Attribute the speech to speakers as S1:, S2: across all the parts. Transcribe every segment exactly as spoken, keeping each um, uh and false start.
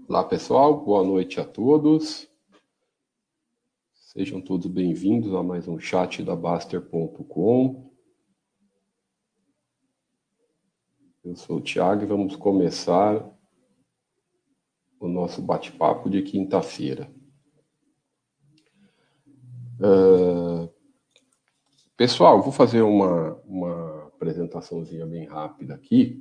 S1: Olá pessoal, boa noite a todos. Sejam todos bem-vindos a mais um chat da Baster ponto com. Eu sou o Thiago e vamos começar o nosso bate-papo de quinta-feira. Uh, pessoal, vou fazer uma, uma apresentaçãozinha bem rápida aqui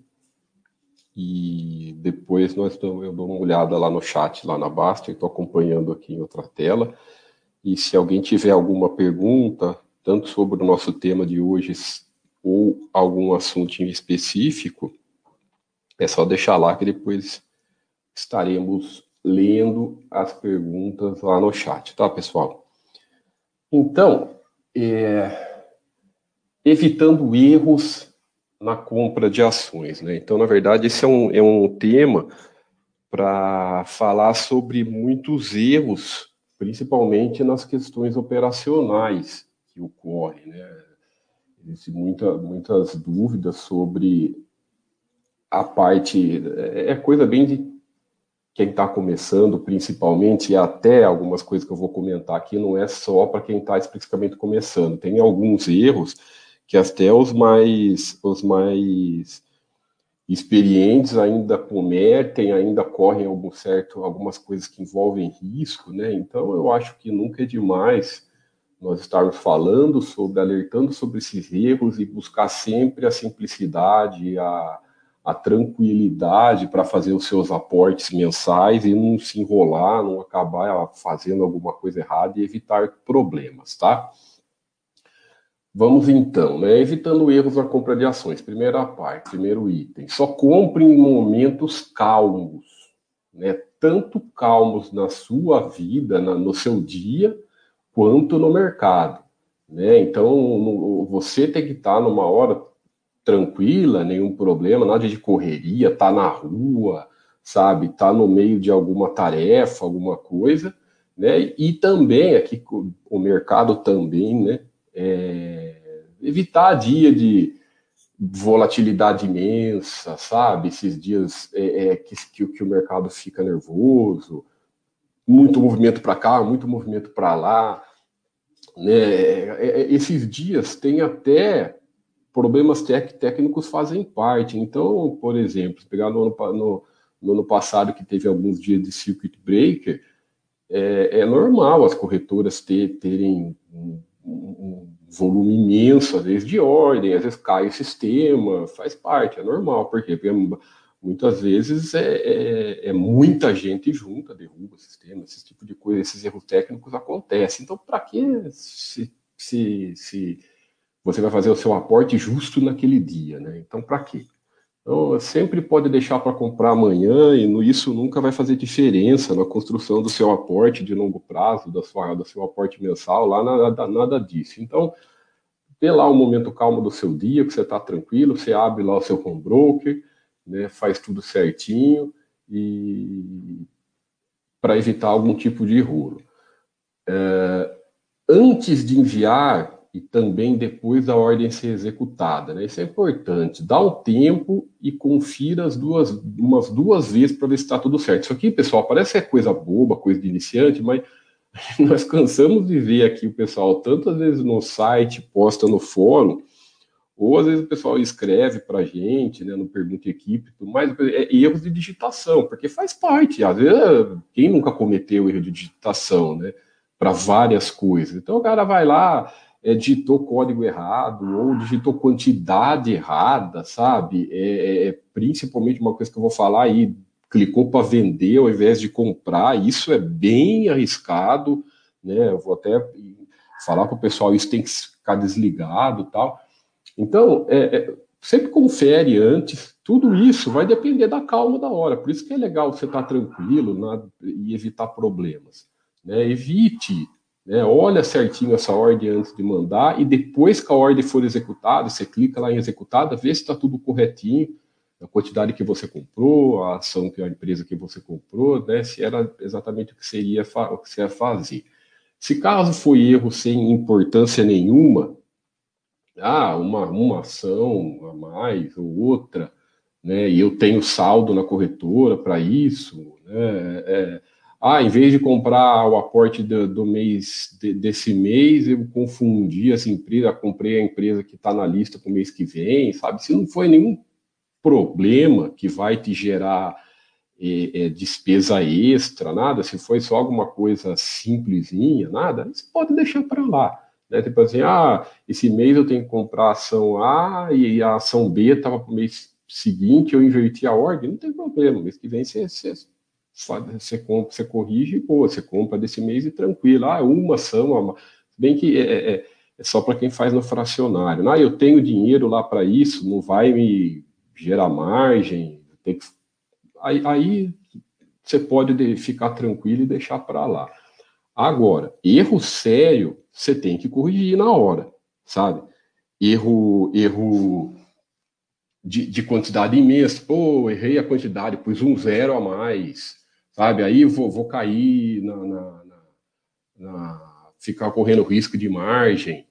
S1: e depois nós eu dou uma olhada lá no chat, lá na Baster, estou acompanhando aqui em outra tela. E se alguém tiver alguma pergunta, tanto sobre o nosso tema de hoje ou algum assunto em específico, é só deixar lá que depois estaremos lendo as perguntas lá no chat, tá, pessoal? Então, é, evitando erros na compra de ações, né? Então, na verdade, esse é um, é um tema para falar sobre muitos erros, principalmente nas questões operacionais que ocorrem, né? Existem muita, muitas dúvidas sobre a parte, é coisa bem de quem está começando, principalmente, e até algumas coisas que eu vou comentar aqui, não é só para quem está especificamente começando. Tem alguns erros que até os mais, os mais experientes ainda cometem, ainda correm algum certo, algumas coisas que envolvem risco, né? Então, eu acho que nunca é demais nós estarmos falando sobre, alertando sobre esses erros e buscar sempre a simplicidade, a, a tranquilidade para fazer os seus aportes mensais e não se enrolar, não acabar fazendo alguma coisa errada e evitar problemas, tá? Vamos então, né? Evitando erros na compra de ações. Primeira parte, primeiro item. Só compre em momentos calmos, né? Tanto calmos na sua vida, na, no seu dia, quanto no mercado, né? Então, no, você tem que estar numa hora tranquila, nenhum problema, nada de correria, tá na rua, sabe? Tá no meio de alguma tarefa, alguma coisa, né? E também aqui o mercado também, né? É, evitar dia de volatilidade imensa, sabe? Esses dias é, é, que, que, que o mercado fica nervoso, muito movimento para cá, muito movimento para lá, né? Esses dias tem até problemas tec, técnicos fazem parte. Então, por exemplo, pegar no ano, no, no ano passado que teve alguns dias de circuit breaker, é, é normal as corretoras ter, terem um, um volume imenso, às vezes de ordem, às vezes cai o sistema, faz parte, é normal. Por quê? Porque muitas vezes é, é, é muita gente junta, derruba o sistema, esse tipo de coisa, esses erros técnicos acontecem. Então, para que se, se, se você vai fazer o seu aporte justo naquele dia, né? Então, para quê? Então, sempre pode deixar para comprar amanhã e isso nunca vai fazer diferença na construção do seu aporte de longo prazo, da sua, do seu aporte mensal, lá nada, nada disso. Então, ter lá um momento calmo do seu dia, que você está tranquilo, você abre lá o seu home broker, né, faz tudo certinho e para evitar algum tipo de rolo. É, antes de enviar e também depois da ordem ser executada, né? Isso é importante. Dá um tempo e confira as duas, umas duas vezes para ver se está tudo certo. Isso aqui, pessoal, parece que é coisa boba, coisa de iniciante, mas nós cansamos de ver aqui o pessoal tantas vezes no site, posta no fórum, ou às vezes o pessoal escreve para a gente, né, no Pergunta Equipe, mas é erros de digitação, porque faz parte. Às vezes, quem nunca cometeu erro de digitação, né, para várias coisas? Então o cara vai lá, é, digitou código errado, ou digitou quantidade errada, sabe? É, é, principalmente uma coisa que eu vou falar aí, clicou para vender ao invés de comprar, isso é bem arriscado, né? Eu vou até falar para o pessoal, isso tem que ficar desligado e tal. Então, é, é, sempre confere antes, tudo isso vai depender da calma da hora. Por isso que é legal você estar tranquilo, né, e evitar problemas. Né? Evite, né, olha certinho essa ordem antes de mandar, e depois que a ordem for executada, você clica lá em executada, vê se está tudo corretinho, a quantidade que você comprou, a ação que a empresa que você comprou, né, se era exatamente o que seria o que você ia fazer. Se caso foi erro sem importância nenhuma, ah, uma, uma ação a mais ou outra, né? E eu tenho saldo na corretora para isso, né? É, ah, em vez de comprar o aporte do, do mês de, desse mês, eu confundi essa empresa, comprei a empresa que está na lista para o mês que vem, sabe? Se não foi nenhum problema que vai te gerar é, é, despesa extra, nada, se foi só alguma coisa simplesinha, nada, você pode deixar para lá. Né? Tipo assim, ah, esse mês eu tenho que comprar a ação A e a ação B estava para o mês seguinte, eu inverti a ordem, não tem problema, mês que vem você, você, você, compra, você corrige, pô, você compra desse mês e tranquilo, ah, uma ação, uma... bem que é, é, é só para quem faz no fracionário. Ah, eu tenho dinheiro lá para isso, não vai me gerar margem, tem que... aí, aí você pode ficar tranquilo e deixar para lá. Agora, erro sério, você tem que corrigir na hora, sabe? Erro, erro de, de quantidade imensa. Pô, errei a quantidade, pus um zero a mais, sabe? Aí eu vou, vou cair na, na, na, na... ficar correndo risco de margem.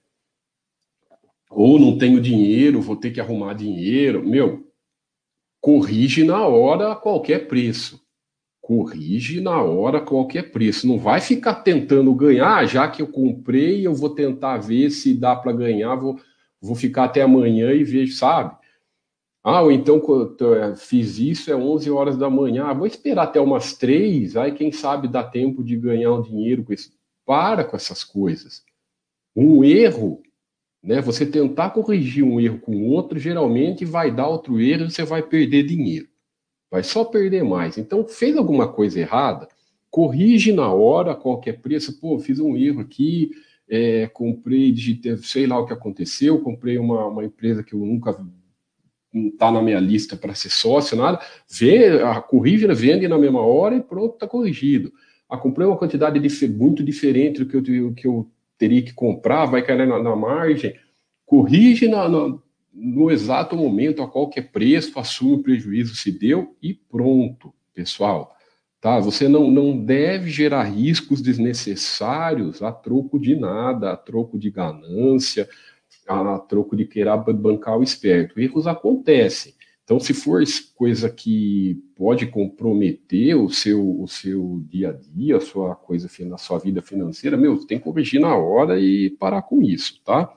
S1: Ou não tenho dinheiro, vou ter que arrumar dinheiro. Meu, corrige na hora a qualquer preço. Corrige na hora a qualquer preço. Não vai ficar tentando ganhar, já que eu comprei, eu vou tentar ver se dá para ganhar, vou, vou ficar até amanhã e vejo, sabe? Ah, ou então fiz isso, é onze horas da manhã, ah, vou esperar até umas três, aí quem sabe dá tempo de ganhar um dinheiro com isso. Para com essas coisas. Um erro, né? Você tentar corrigir um erro com outro, geralmente vai dar outro erro e você vai perder dinheiro. Vai só perder mais. Então, fez alguma coisa errada, corrige na hora, a qualquer preço. Pô, fiz um erro aqui, é, comprei, digitei, sei lá o que aconteceu, comprei uma, uma empresa que eu nunca não está na minha lista para ser sócio, nada. Vê, a, corrige, vende na mesma hora e pronto, está corrigido. Ah, comprei uma quantidade de, muito diferente do que eu, que eu teria que comprar, vai cair na, na margem. Corrige na, na no exato momento, a qualquer preço, assume o prejuízo se deu e pronto, pessoal. Tá? Você não, não deve gerar riscos desnecessários a troco de nada, a troco de ganância, a troco de querer bancar o esperto. Erros acontecem. Então, se for coisa que pode comprometer o seu, o seu dia a dia, a sua coisa, a sua vida financeira, meu, você tem que corrigir na hora e parar com isso, tá?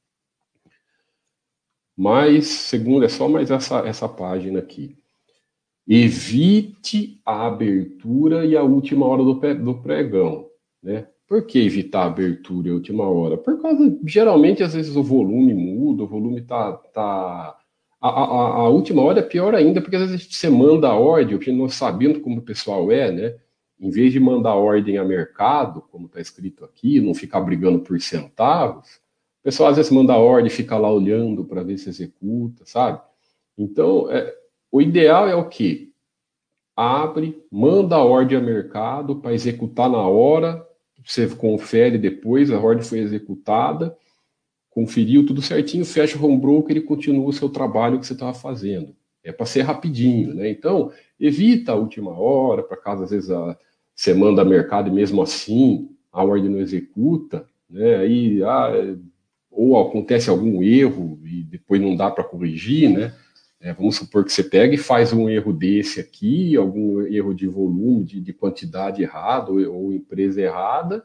S1: Mas, segundo, é só mais essa, essa página aqui. Evite a abertura e a última hora do, do pregão, né? Por que evitar a abertura e a última hora? Por causa, geralmente, às vezes o volume muda, o volume tá... tá... A, a, a última hora é pior ainda, porque às vezes você manda a ordem, porque nós sabendo como o pessoal é, né? Em vez de mandar ordem a mercado, como está escrito aqui, não ficar brigando por centavos, o pessoal às vezes manda a ordem e fica lá olhando para ver se executa, sabe? Então, é, o ideal é o quê? Abre, manda a ordem a mercado para executar na hora, você confere depois, a ordem foi executada, conferiu tudo certinho, fecha o home broker e continua o seu trabalho que você estava fazendo. É para ser rapidinho, né? Então, evita a última hora, para caso às vezes a, você manda a mercado e mesmo assim a ordem não executa, né? Aí, ah, ou acontece algum erro e depois não dá para corrigir, né? É, vamos supor que você pega e faz um erro desse aqui, algum erro de volume, de, de quantidade errada, ou, ou empresa errada,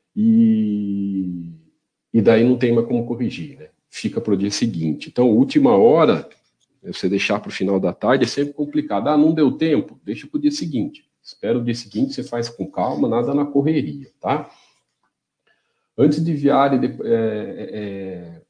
S1: e, e daí não tem mais como corrigir, né? Fica para o dia seguinte. Então, última hora, você deixar para o final da tarde é sempre complicado. Ah, não deu tempo? Deixa para o dia seguinte. Espera o dia seguinte, você faz com calma, nada na correria, tá? Antes de enviar, é, é,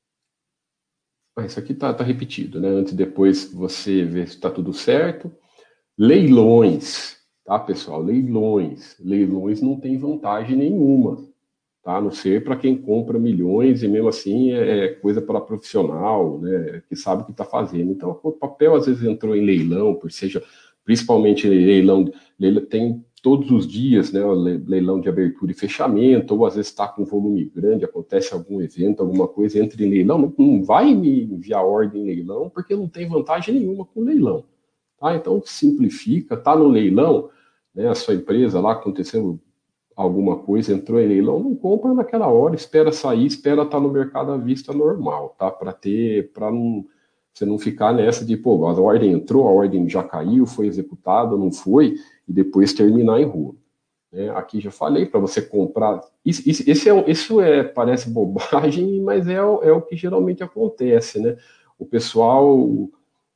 S1: Ah, isso aqui está tá repetido, né? Antes e depois você vê se está tudo certo. Leilões, tá, pessoal? Leilões. Leilões não tem vantagem nenhuma, tá? A não ser para quem compra milhões e mesmo assim é coisa para profissional, né? Que sabe o que está fazendo. Então, o papel às vezes entrou em leilão, por seja, principalmente leilão, leilão tem todos os dias, né, leilão de abertura e fechamento, ou às vezes está com volume grande, acontece algum evento, alguma coisa, entra em leilão, não, não vai me enviar ordem em leilão, porque não tem vantagem nenhuma com leilão. Tá? Então, simplifica, está no leilão, né, a sua empresa lá, acontecendo alguma coisa, entrou em leilão, não compra naquela hora, espera sair, espera estar no mercado à vista normal, tá? Para ter, para não Você não ficar nessa de, pô, a ordem entrou, a ordem já caiu, foi executada, não foi, e depois terminar em rolo. Né? Aqui já falei para você comprar. Isso, isso, esse é, isso é, parece bobagem, mas é, o- é o que geralmente acontece, né? O pessoal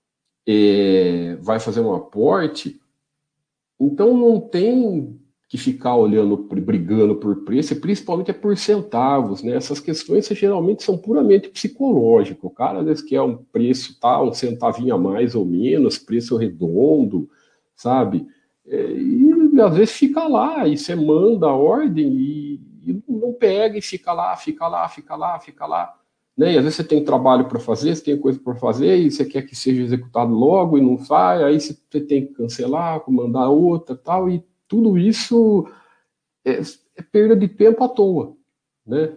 S1: é, vai fazer um aporte, então não tem que ficar olhando, brigando por preço, e principalmente é por centavos, né? Essas questões geralmente são puramente psicológicas. O cara às vezes quer um preço, tá, um centavinho a mais ou menos, preço redondo, sabe? É, e às vezes fica lá, e você manda a ordem e, e não pega, e fica lá, fica lá, fica lá, fica lá. Né? E às vezes você tem trabalho para fazer, você tem coisa para fazer, e você quer que seja executado logo e não sai, aí você tem que cancelar, mandar outra tal, e tudo isso é, é perda de tempo à toa, né?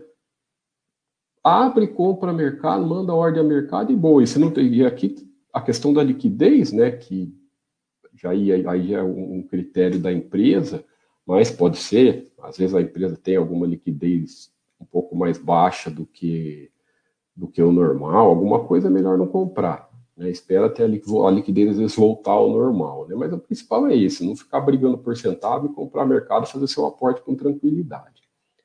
S1: Abre, compra mercado, manda ordem a mercado e boa. E, você não tem, e aqui a questão da liquidez, né? Que já aí, aí já é um critério da empresa, mas pode ser, às vezes a empresa tem alguma liquidez um pouco mais baixa do que do que o normal, alguma coisa é melhor não comprar. Né? Espera até a liquidez às vezes voltar ao normal. Né? Mas o principal é isso, não ficar brigando por centavo e comprar mercado e fazer seu aporte com tranquilidade.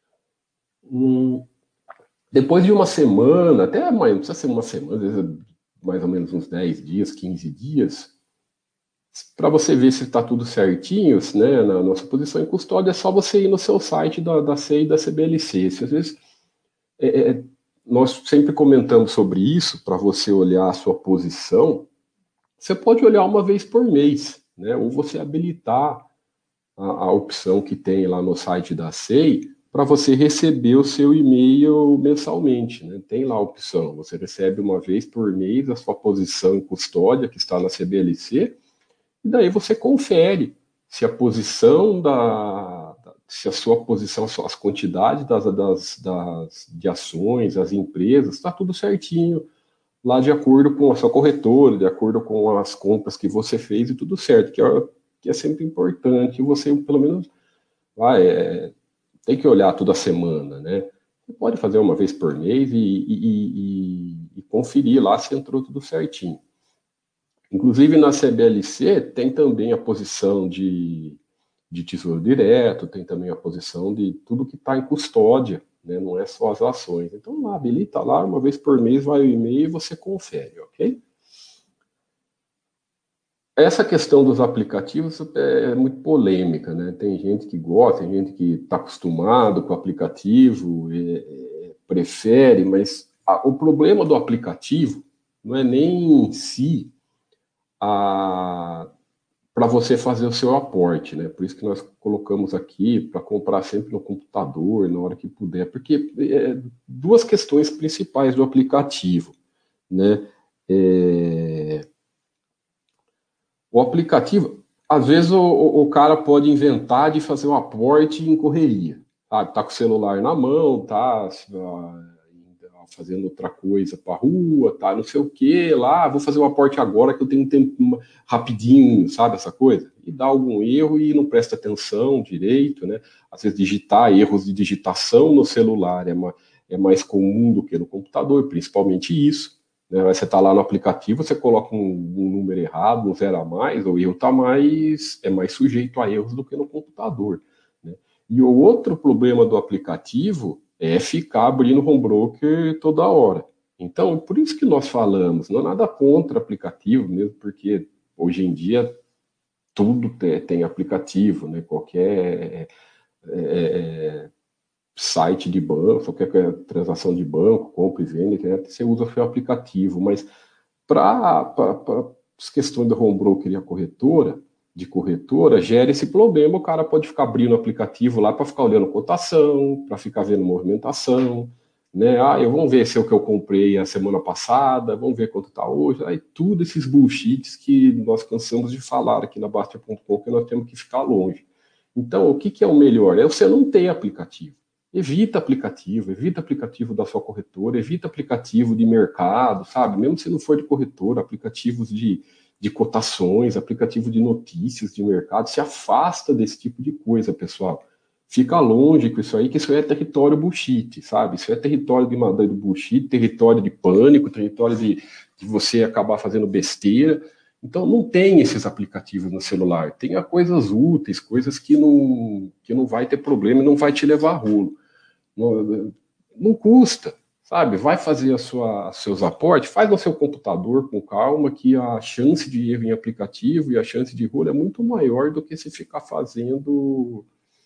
S1: Hum, depois de uma semana, até mais, não precisa ser uma semana, às vezes mais ou menos uns dez dias, quinze dias, para você ver se está tudo certinho, né, na nossa posição em custódia, é só você ir no seu site da, da C E I e da C B L C. Se às vezes é, é, nós sempre comentamos sobre isso, para você olhar a sua posição, você pode olhar uma vez por mês, né? Ou você habilitar a, a opção que tem lá no site da C E I para você receber o seu e-mail mensalmente, né? Tem lá a opção, você recebe uma vez por mês a sua posição em custódia, que está na C B L C, e daí você confere se a posição da, se a sua posição, as quantidades das, das, das de ações, as empresas, está tudo certinho lá de acordo com a sua corretora, de acordo com as compras que você fez e tudo certo, que é, que é sempre importante. Você, pelo menos, vai, é, tem que olhar toda semana, né? Você pode fazer uma vez por mês e, e, e, e conferir lá se entrou tudo certinho. Inclusive, na C B L C tem também a posição de, de tesouro direto, tem também a posição de tudo que está em custódia, né? Não é só as ações. Então, lá, habilita lá, uma vez por mês vai o e-mail e você confere, ok? Essa questão dos aplicativos é muito polêmica, né? Tem gente que gosta, tem gente que está acostumado com o aplicativo, é, é, prefere, mas a, o problema do aplicativo não é nem em si a para você fazer o seu aporte, né? Por isso que nós colocamos aqui para comprar sempre no computador, na hora que puder, porque é, duas questões principais do aplicativo, né? É, o aplicativo, às vezes o, o, o cara pode inventar de fazer um aporte em correria, sabe? Tá com o celular na mão, tá fazendo outra coisa para rua, tá, não sei o que, lá, vou fazer um aporte agora que eu tenho um tempo rapidinho, sabe, essa coisa? E dá algum erro e não presta atenção direito, né? Às vezes digitar, erros de digitação no celular é, uma, é mais comum do que no computador, principalmente isso, né? Você tá lá no aplicativo, você coloca um, um número errado, um zero a mais, o erro tá mais, é mais sujeito a erros do que no computador, né? E o outro problema do aplicativo é ficar abrindo home broker toda hora. Então, por isso que nós falamos, não é nada contra aplicativo, mesmo porque hoje em dia tudo tem aplicativo, né? Qualquer é, é, site de banco, qualquer transação de banco, compra e vende, né? Você usa o seu aplicativo, mas para as questões do home broker e a corretora, de corretora, gera esse problema, o cara pode ficar abrindo o aplicativo lá para ficar olhando cotação, para ficar vendo movimentação, né? Ah, eu vamos ver se é o que eu comprei a semana passada, vamos ver quanto está hoje, aí tudo esses bullshits que nós cansamos de falar aqui na Bastia ponto com, que nós temos que ficar longe. Então, o que, que é o melhor? É você não ter aplicativo. Evita aplicativo, evita aplicativo da sua corretora, evita aplicativo de mercado, sabe? Mesmo se não for de corretora, aplicativos de, de cotações, aplicativo de notícias de mercado, se afasta desse tipo de coisa, pessoal. fica longe com isso aí, que isso aí é território bullshit, sabe? Isso é território de, de bullshit, território de pânico, território de, de você acabar fazendo besteira. Então, não tem esses aplicativos no celular. Tenha coisas úteis, coisas que não, que não vai ter problema e não vai te levar a rolo. Não, não custa, sabe? Vai fazer a sua, seus aportes, faz no seu computador com calma, que a chance de erro em aplicativo e a chance de rolo é muito maior do que se ficar fazendo...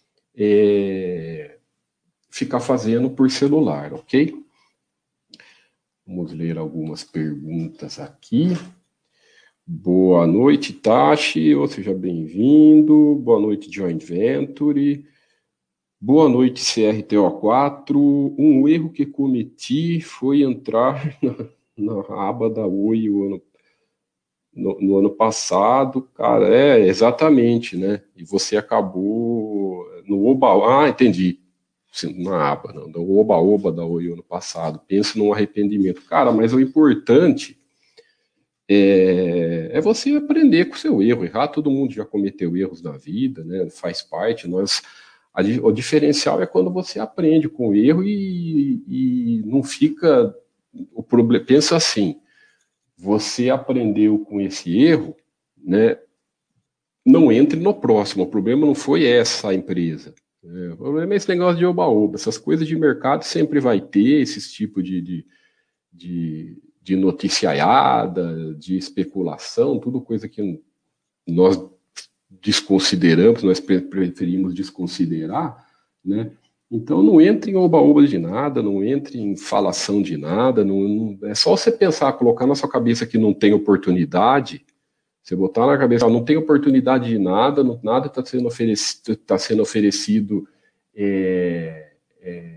S1: É, ficar fazendo por celular, ok? Vamos ler algumas perguntas aqui. Boa noite, Tashi, seja bem-vindo. Boa noite, Joint Venture. Boa noite, C R T O quatro. Um erro que cometi foi entrar na, na aba da Oi o ano, no, no ano passado. Cara, é, exatamente, né? E você acabou no Oba... Ah, entendi. Na aba, não, no Oba-Oba da Oi ano passado. Penso num arrependimento. Cara, mas o importante é, é você aprender com o seu erro. Errar, todo mundo já cometeu erros na vida, né? Faz parte. Nós, a, o diferencial é quando você aprende com o erro e, e não fica... O problema, pensa assim, você aprendeu com esse erro, né? Não entre no próximo. O problema não foi essa empresa. É, o problema é esse negócio de oba-oba. Essas coisas de mercado sempre vai ter esses tipos de, de, de, de noticiaiada, de especulação, tudo coisa que nós desconsideramos, nós preferimos desconsiderar, né? Então não entre em oba-oba de nada, não entre em falação de nada, não, não, é só você pensar, colocar na sua cabeça que não tem oportunidade. Você botar na cabeça, não tem oportunidade de nada, nada está sendo oferecido, tá sendo oferecido é, é,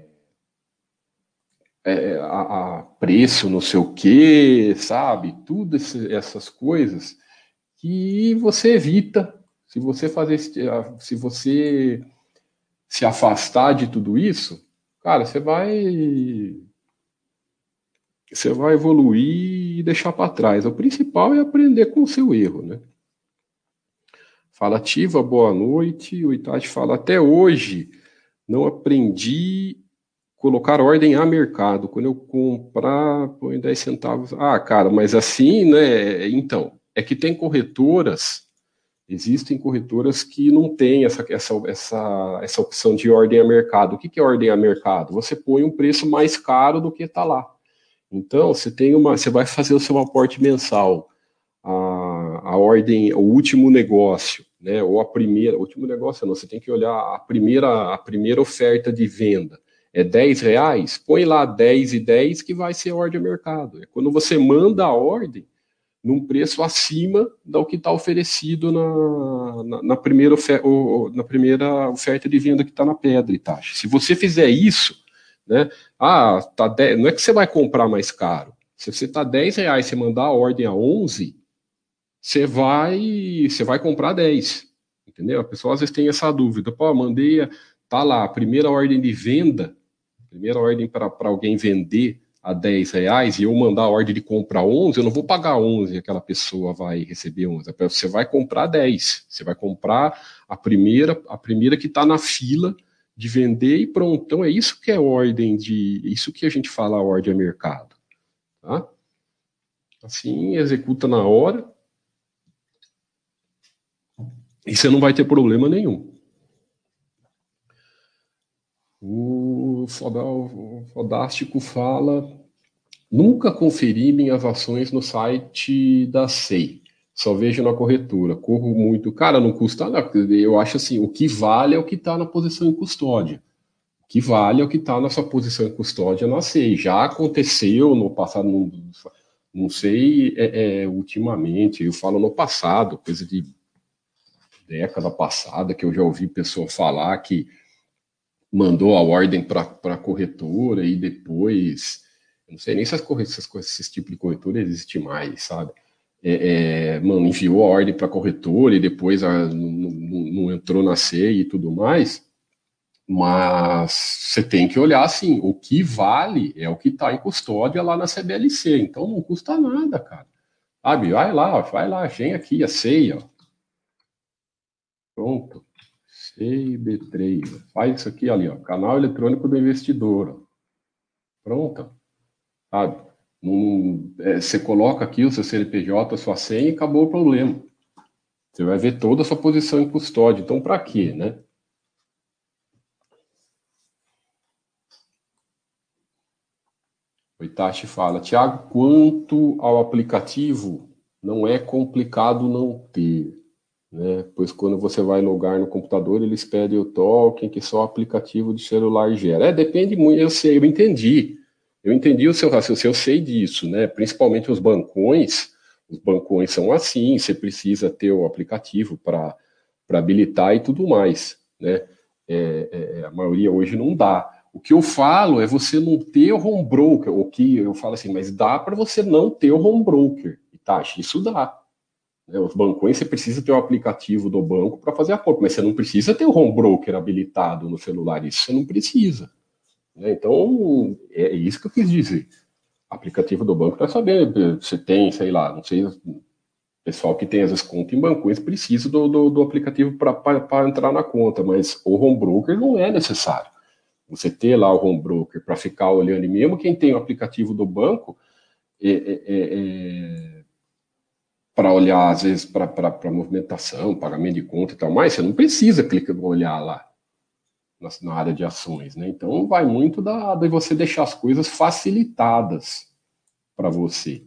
S1: é, a, a preço, não sei o quê, sabe? Tudo esse, essas coisas que você evita. Se você fazer, se você se afastar de tudo isso, cara, você vai, você vai evoluir e deixar para trás. O principal é aprender com o seu erro, né? Fala, Ativa, boa noite. O Itachi fala, até hoje não aprendi colocar ordem a mercado. Quando eu comprar, põe dez centavos. Ah, cara, mas assim, né? Então, é que tem corretoras, existem corretoras que não têm essa, essa, essa, essa opção de ordem a mercado. O que, que é ordem a mercado? Você põe um preço mais caro do que está lá. Então, você tem uma, você vai fazer o seu aporte mensal. A, a ordem, o último negócio, né? Ou a primeira, o último negócio não, você tem que olhar a primeira, a primeira oferta de venda. É dez reais? Põe lá dez e dez que vai ser a ordem a mercado. É quando você manda a ordem num preço acima do que está oferecido na, na, na, primeira ofer, na primeira oferta de venda que está na pedra e taxa. Se você fizer isso, né? Ah, tá dez, não é que você vai comprar mais caro. Se você está dez reais, você mandar a ordem a onze, você vai, você vai comprar dez, entendeu? A pessoa às vezes tem essa dúvida, pô, mandei, tá lá, a primeira ordem de venda, primeira ordem para alguém vender a dez reais e eu mandar a ordem de compra onze, eu não vou pagar onze, aquela pessoa vai receber onze, você vai comprar dez, você vai comprar a primeira, a primeira que está na fila de vender e pronto. Então é isso que é ordem de, isso que a gente fala ordem a mercado, tá? Assim, executa na hora, e você não vai ter problema nenhum. O Fodástico fala: nunca conferi minhas ações no site da S E I. Só vejo na corretora. Corro muito. Cara, não custa nada. Eu acho assim, o que vale é o que está na posição em custódia. O que vale é o que está na sua posição em custódia na S E I. Já aconteceu no passado, não, não sei é, é, ultimamente, eu falo no passado, coisa de década passada, que eu já ouvi pessoa falar que mandou a ordem para a corretora e depois, eu não sei nem se essas coisas, esse tipo de corretora existe mais, sabe? É, é, mano, enviou a ordem para a corretora e depois a, não, não, não entrou na C E I e tudo mais, mas você tem que olhar assim, o que vale é o que está em custódia lá na C B L C, então não custa nada, cara. Sabe? Vai lá, vai lá, vem aqui a C E I, ó. Pronto. C I B três. Faz isso aqui ali, ó, canal eletrônico do investidor. Ó. Pronto. Sabe? Num, é, você coloca aqui o seu C N P J, a sua senha e acabou o problema. Você vai ver toda a sua posição em custódia. Então, para quê, né? O Itachi fala, Tiago, quanto ao aplicativo, não é complicado não ter, né? Pois quando você vai logar no computador, eles pedem o token que só o aplicativo de celular gera. É, depende muito, eu sei, eu entendi. Eu entendi o seu raciocínio, eu sei disso, né? Principalmente os bancões, os bancões são assim, você precisa ter o aplicativo para para habilitar e tudo mais, né? É, é, a maioria hoje não dá. O que eu falo é você não ter o home broker, o que eu falo assim, mas dá para você não ter o home broker. E tá, isso dá. Né? Os bancões você precisa ter o aplicativo do banco para fazer a compra, mas você não precisa ter o home broker habilitado no celular, isso você não precisa. Né? Então, é isso que eu quis dizer. O aplicativo do banco para saber, você tem, sei lá, não sei, pessoal que tem as contas em bancões precisa do, do, do aplicativo para entrar na conta, mas o home broker não é necessário. Você ter lá o home broker para ficar olhando, e mesmo quem tem o aplicativo do banco, é, é, é, para olhar, às vezes, para movimentação, pagamento de conta e tal, mas você não precisa clicar, olhar lá na, na área de ações, né? Então, vai muito da, de você deixar as coisas facilitadas para você.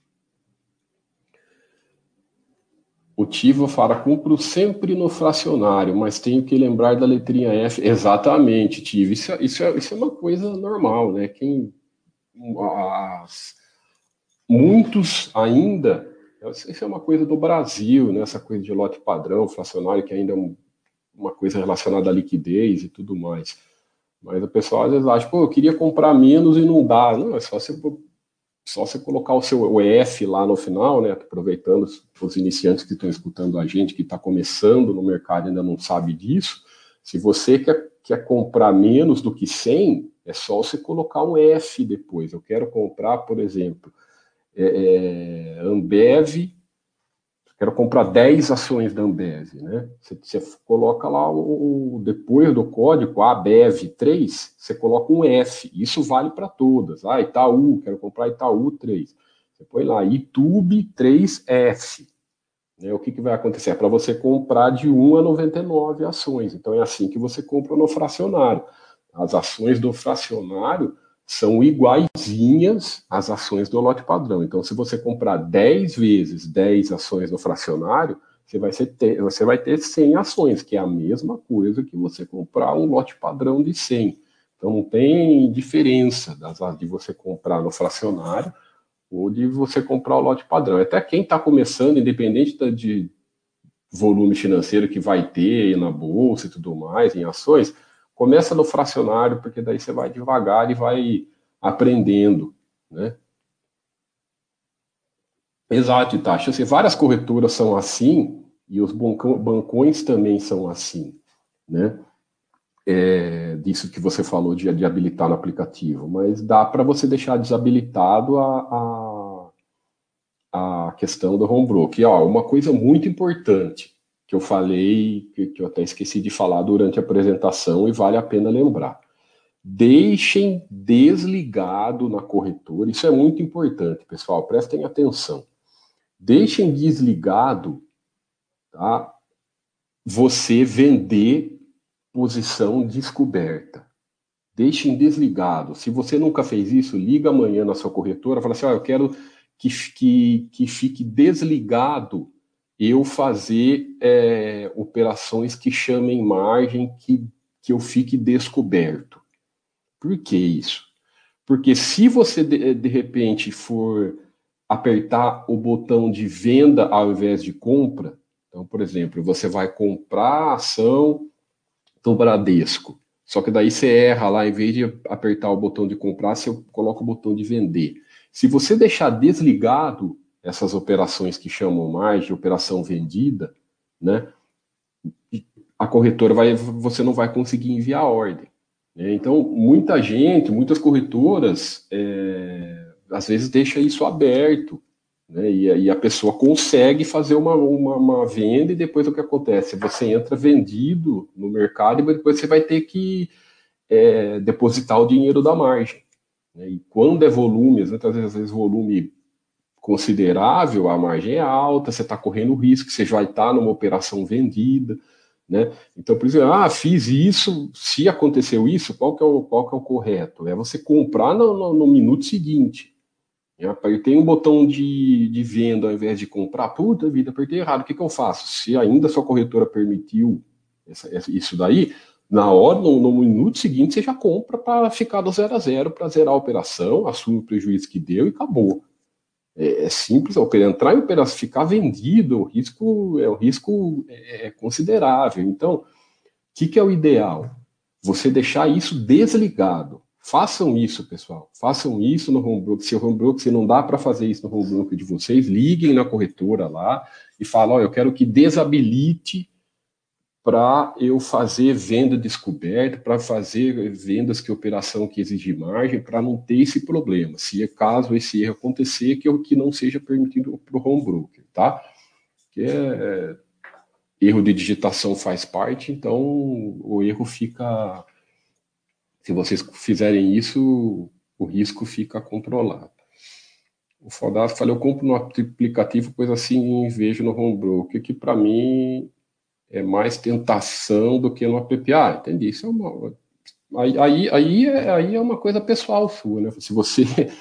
S1: O Tiva fala, compro sempre no fracionário, mas tenho que lembrar da letrinha F. Exatamente, Tiva. Isso, isso, é, isso é uma coisa normal, né? Quem, as, muitos ainda, isso é uma coisa do Brasil, né? Essa coisa de lote padrão, fracionário, que ainda é uma coisa relacionada à liquidez e tudo mais. Mas o pessoal às vezes acha, pô, eu queria comprar menos e não dá. Não, é só você só você colocar o seu o E F lá no final, né? Aproveitando os, os iniciantes que estão escutando a gente, que está começando no mercado e ainda não sabe disso, se você quer, quer comprar menos do que cem, é só você colocar um F depois. Eu quero comprar, por exemplo, é, é, Ambev, quero comprar dez ações da Ambev, né? Você, você coloca lá o, o depois do código A B E V três, você coloca um F. Isso vale para todas. Ah, Itaú, quero comprar Itaú três. Você põe lá Itube três F. Né? O que, que vai acontecer? É para você comprar de um a noventa e nove ações. Então é assim que você compra no fracionário. As ações do fracionário são iguaizinhas às ações do lote padrão. Então, se você comprar dez vezes dez ações no fracionário, você vai, ter, você vai ter cem ações, que é a mesma coisa que você comprar um lote padrão de cem. Então, não tem diferença das, de você comprar no fracionário ou de você comprar o lote padrão. Até quem está começando, independente de volume financeiro que vai ter na bolsa e tudo mais, em ações, começa no fracionário, porque daí você vai devagar e vai aprendendo, né? Exato, taxa. Assim, várias corretoras são assim e os bancões também são assim, né? É, disso que você falou de, de habilitar no aplicativo, mas dá para você deixar desabilitado a, a, a questão do home broker. E, ó, uma coisa muito importante que eu falei, que, que eu até esqueci de falar durante a apresentação e vale a pena lembrar. Deixem desligado na corretora, isso é muito importante, pessoal, prestem atenção. Deixem desligado, tá? Você vender posição descoberta. Deixem desligado. Se você nunca fez isso, liga amanhã na sua corretora, fala assim, ó, eu quero que, que, que fique desligado eu fazer é, operações que chamem margem, que, que eu fique descoberto. Por que isso? Porque se você, de, de repente, for apertar o botão de venda ao invés de compra, então, por exemplo, você vai comprar a ação do Bradesco, só que daí você erra lá, em vez de apertar o botão de comprar, você coloca o botão de vender. Se você deixar desligado essas operações que chamam mais de operação vendida, né, a corretora vai, você não vai conseguir enviar a ordem. Né? Então, muita gente, muitas corretoras, é, às vezes deixa isso aberto, né? E aí a pessoa consegue fazer uma, uma, uma venda e depois o que acontece? Você entra vendido no mercado e depois você vai ter que é, depositar o dinheiro da margem, né? E quando é volume, muitas vezes, às vezes volume considerável, a margem é alta, você está correndo risco, você vai estar numa operação vendida, né? Então, por exemplo, ah, fiz isso, se aconteceu isso, qual que é o, qual que é o correto? É você comprar no, no, no minuto seguinte. Eu tenho um botão de, de venda ao invés de comprar, puta vida, apertei errado, o que, que eu faço? Se ainda a sua corretora permitiu essa, isso daí, na hora, no, no minuto seguinte, você já compra para ficar do zero a zero, para zerar a operação, assume o prejuízo que deu e acabou. É, é simples, entrar em operação, ficar vendido, o risco é o risco é, é considerável. Então, o que, que é o ideal? Você deixar isso desligado. Façam isso, pessoal. Façam isso no home broker. Se o home broker, se não dá para fazer isso no home broker de vocês, liguem na corretora lá e falem, ó, eu quero que desabilite para eu fazer venda descoberta, para fazer vendas que operação que exige margem, para não ter esse problema. Se é caso esse erro acontecer, que, eu, que não seja permitido para o home broker, tá? Que é, erro de digitação faz parte, então o erro fica. Se vocês fizerem isso, o risco fica controlado. O Faudato falou, eu compro no aplicativo, pois assim vejo no home broker, que para mim é mais tentação do que no app. Ah, entendi. Isso é uma. Aí, aí, aí, é, aí é uma coisa pessoal sua, né? Se você.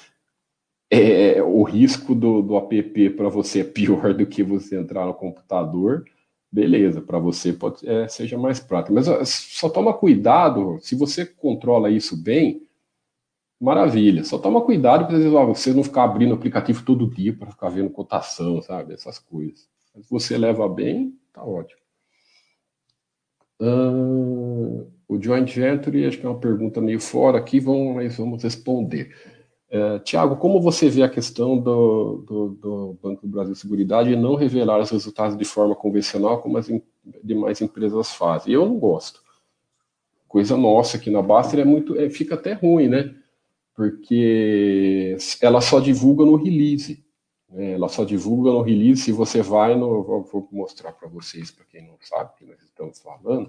S1: É, o risco do, do app para você é pior do que você entrar no computador, beleza, para você pode, é, seja mais prático. Mas ó, só toma cuidado, se você controla isso bem, maravilha. Só toma cuidado para você não ficar abrindo o aplicativo todo dia para ficar vendo cotação, sabe? Essas coisas. Mas se você leva bem, tá ótimo. Uh, o joint venture, acho que é uma pergunta meio fora aqui, vamos, mas vamos responder. Uh, Tiago, como você vê a questão do, do, do Banco do Brasil Seguridade não revelar os resultados de forma convencional como as demais empresas fazem? Eu não gosto. Coisa nossa aqui na Baster é muito, é, fica até ruim, né? Porque ela só divulga no release. Né? Ela só divulga no release. Se você vai no. Vou mostrar para vocês, para quem não sabe o que nós estamos falando.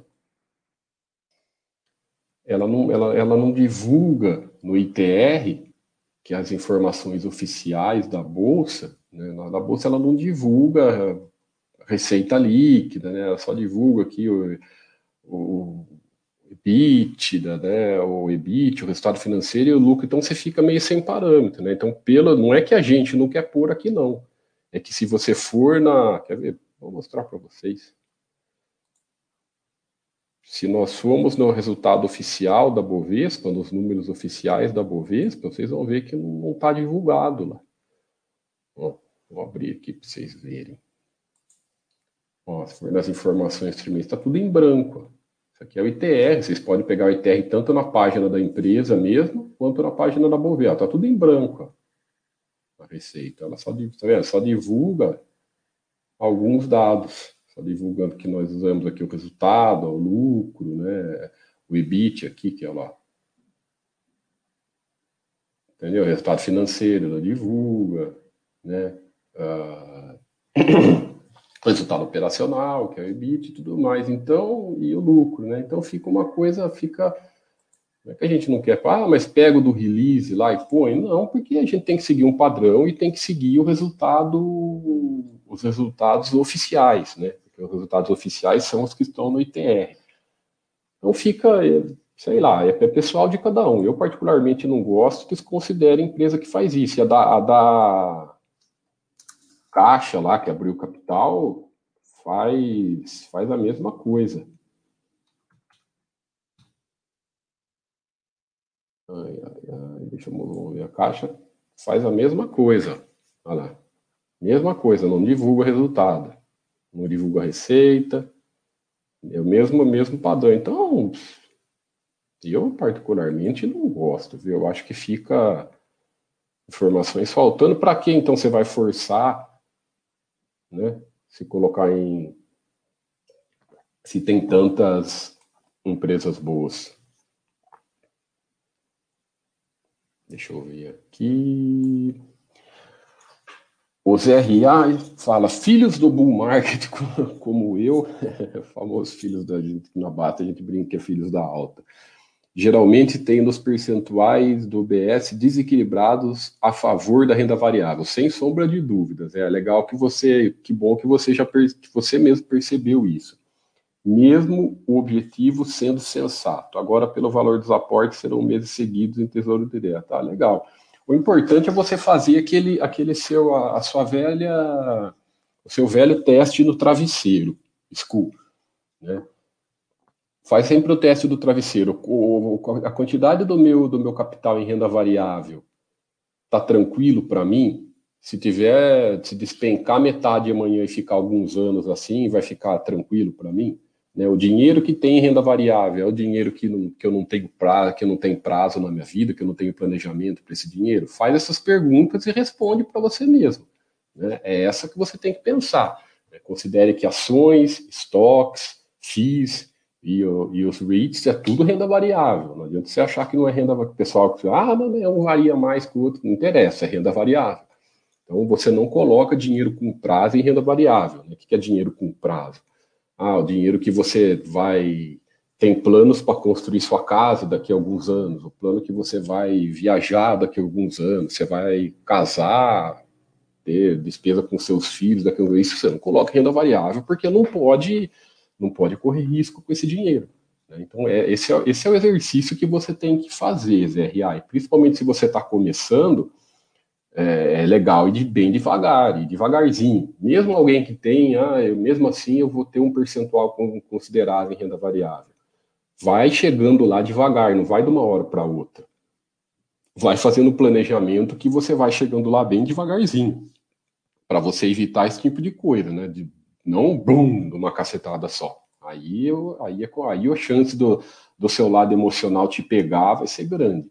S1: Ela não, ela, ela não divulga no I T R, que é as informações oficiais da Bolsa, né? Na Bolsa ela não divulga receita líquida, né? Ela só divulga aqui o, o EBITDA, né? O E B I T, o resultado financeiro e o lucro, então você fica meio sem parâmetro, né? Então, pela, não é que a gente não quer pôr aqui, não. É que se você for na... Quer ver? Vou mostrar para vocês. Se nós formos no resultado oficial da Bovespa, nos números oficiais da Bovespa, vocês vão ver que não está divulgado lá. Ó, vou abrir aqui para vocês verem. Ó, se for nas informações trimestrais, está tudo em branco. Isso aqui é o I T R. Vocês podem pegar o I T R tanto na página da empresa mesmo, quanto na página da Bovespa. Está tudo em branco. Ó, a receita. Ela só, tá vendo? Só divulga alguns dados. Só divulgando que nós usamos aqui o resultado, o lucro, né? O E B I T aqui, que é lá. Entendeu? O resultado financeiro ela divulga, né? Ah, o resultado operacional, que é o E B I T e tudo mais. Então, e o lucro, né? Então fica uma coisa, fica. Não é que a gente não quer, ah, mas pega do release lá e põe. Não, porque a gente tem que seguir um padrão e tem que seguir o resultado, os resultados oficiais, né? Porque os resultados oficiais são os que estão no I T R. Então fica, sei lá, é pessoal de cada um. Eu particularmente não gosto que se considere empresa que faz isso. E a da, a da Caixa lá, que abriu capital, faz, faz a mesma coisa. Ai, ai, ai, deixa eu ver a Caixa, faz a mesma coisa. Olha lá. Mesma coisa, não divulga resultado, não divulga receita, é o mesmo, mesmo padrão. Então, eu particularmente não gosto, viu? Eu acho que fica informações faltando. Para que então você vai forçar, né? Se colocar em. Se tem tantas empresas boas. Deixa eu ver aqui. O Z R A fala, filhos do bull market, como eu, famosos filhos da gente na bata, a gente brinca que é filhos da alta. Geralmente tem nos percentuais do B S desequilibrados a favor da renda variável, sem sombra de dúvidas. É legal que você, que bom que você já que você mesmo percebeu isso. Mesmo o objetivo sendo sensato. Agora, pelo valor dos aportes, serão meses seguidos em tesouro direto. Tá, legal. O importante é você fazer aquele, aquele seu, a, a sua velha, o seu velho teste no travesseiro, school, né? Faz sempre o teste do travesseiro. O, a quantidade do meu, do meu capital em renda variável tá tranquilo para mim? Se tiver, se despencar metade amanhã e ficar alguns anos assim, vai ficar tranquilo para mim? Né? O dinheiro que tem em renda variável é o dinheiro que, não, que eu não tenho prazo, que eu não tenho prazo na minha vida, que eu não tenho planejamento para esse dinheiro? Faz essas perguntas e responde para você mesmo. Né? É essa que você tem que pensar. Né? Considere que ações, estoques, F I Is e, o, e os REITs é tudo renda variável. Não adianta você achar que não é renda pessoal que ah, não, não varia mais que o outro. Não interessa, é renda variável. Então você não coloca dinheiro com prazo em renda variável. Né? O que é dinheiro com prazo? Ah, o dinheiro que você vai tem planos para construir sua casa daqui a alguns anos, o plano que você vai viajar daqui a alguns anos, você vai casar, ter despesa com seus filhos, daqui a alguns anos, isso você não coloca renda variável, porque não pode, não pode correr risco com esse dinheiro. Né? Então, é, esse, é, esse é o exercício que você tem que fazer, Z R A, e principalmente se você está começando, é, é legal ir bem devagar, ir devagarzinho. Mesmo alguém que tem, ah, eu, mesmo assim eu vou ter um percentual considerável em renda variável. Vai chegando lá devagar, não vai de uma hora para outra. Vai fazendo planejamento que você vai chegando lá bem devagarzinho, para você evitar esse tipo de coisa, né? De não bum, de uma cacetada só. Aí, eu, aí, é, aí a chance do, do seu lado emocional te pegar vai ser grande.